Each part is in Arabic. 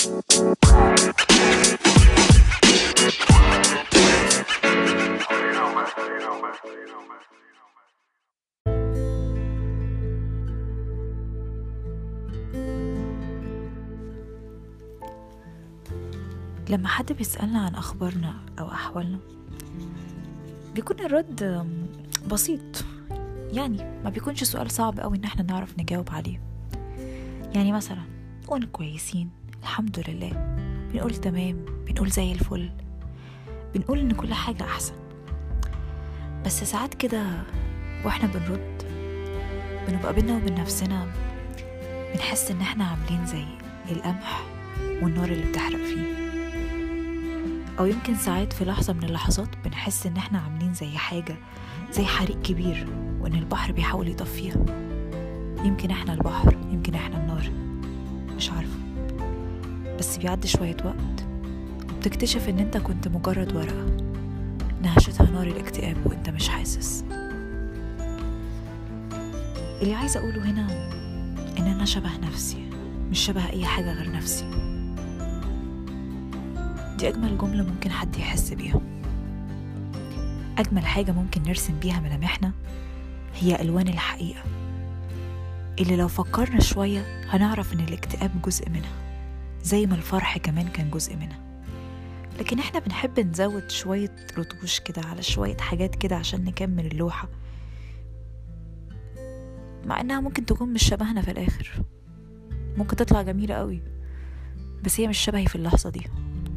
لما حد بيسألنا عن أخبارنا أو أحوالنا بيكون الرد بسيط، يعني ما بيكونش سؤال صعب أوي إن احنا نعرف نجاوب عليه. يعني مثلا نقول كويسين، الحمد لله، بنقول تمام، بنقول زي الفل، بنقول إن كل حاجة أحسن. بس ساعات كده واحنا بنرد بنبقى بينا وبين نفسنا بنحس إن احنا عاملين زي القمح والنار اللي بتحرق فيه، أو يمكن ساعات في لحظة من اللحظات بنحس إن احنا عاملين زي حاجة، زي حريق كبير وإن البحر بيحاول يطفيها. يمكن احنا البحر، يمكن احنا النار، مش عارفة. بس بيعدي شوية وقت وبتكتشف إن انت كنت مجرد ورقة نهشتها نار الاكتئاب وانت مش حاسس. اللي عايزة أقوله هنا إن أنا شبه نفسي، مش شبه أي حاجة غير نفسي. دي أجمل جملة ممكن حد يحس بيها. أجمل حاجة ممكن نرسم بيها ملامحنا هي ألوان الحقيقة، اللي لو فكرنا شوية هنعرف إن الاكتئاب جزء منها، زي ما الفرح كمان كان جزء منها. لكن إحنا بنحب نزود شوية رتوش كده على شوية حاجات كده عشان نكمل اللوحة، مع إنها ممكن تكون مش شبهنا في الآخر. ممكن تطلع جميلة قوي بس هي مش شبهي في اللحظة دي.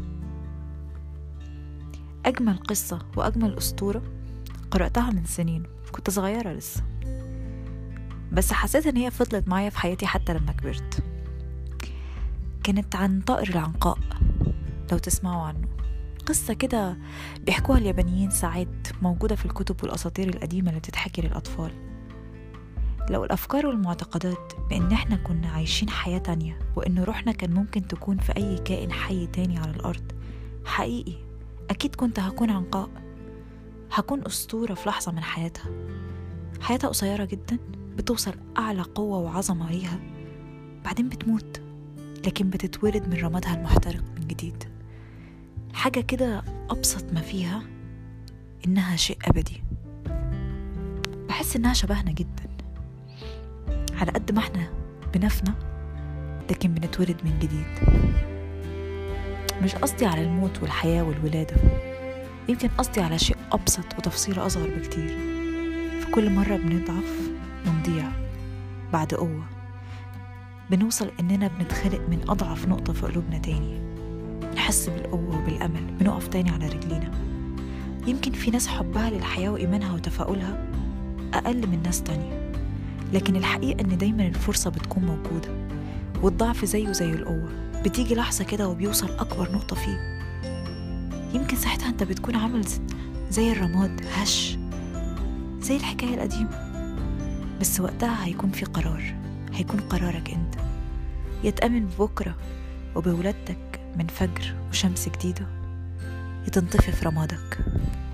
أجمل قصة وأجمل أسطورة قرأتها من سنين، كنت صغيرة لسه، بس حسيت إن هي فضلت معايا في حياتي حتى لما كبرت. كانت عن طائر العنقاء، لو تسمعوا عنه. قصة كده بيحكوها اليابانيين ساعات، موجودة في الكتب والأساطير القديمة اللي بتتحكي للأطفال. لو الأفكار والمعتقدات بأن احنا كنا عايشين حياة تانية، وأن روحنا كان ممكن تكون في أي كائن حي تاني على الأرض، حقيقي أكيد كنت هكون عنقاء، هكون أسطورة في لحظة من حياتها قصيرة جدا، بتوصل أعلى قوة وعظمة ليها، بعدين بتموت، لكن بتتولد من رمادها المحترق من جديد. حاجة كده أبسط ما فيها إنها شيء أبدي. بحس إنها شبهنا جدا، على قد ما احنا بنفنى لكن بنتولد من جديد. مش قصدي على الموت والحياة والولادة، يمكن قصدي على شيء أبسط وتفصيل أصغر بكتير. في كل مرة بنضعف ونضيع بعد قوة، بنوصل إننا بنتخلق من أضعف نقطة في قلوبنا تاني، نحس بالقوة وبالأمل، بنقف تاني على رجلينا. يمكن في ناس حبها للحياة وإيمانها وتفاؤلها أقل من ناس تانية، لكن الحقيقة إن دايما الفرصة بتكون موجودة، والضعف زيه زي القوة، بتيجي لحظة كده وبيوصل أكبر نقطة فيه. يمكن ساعتها أنت بتكون عامل زي الرماد، هش زي الحكاية القديمة. بس وقتها هيكون في قرار، هيكون قرارك أنت، يتأمن ببكرة وبولادتك من فجر وشمس جديدة، يتنطفي في رمادك.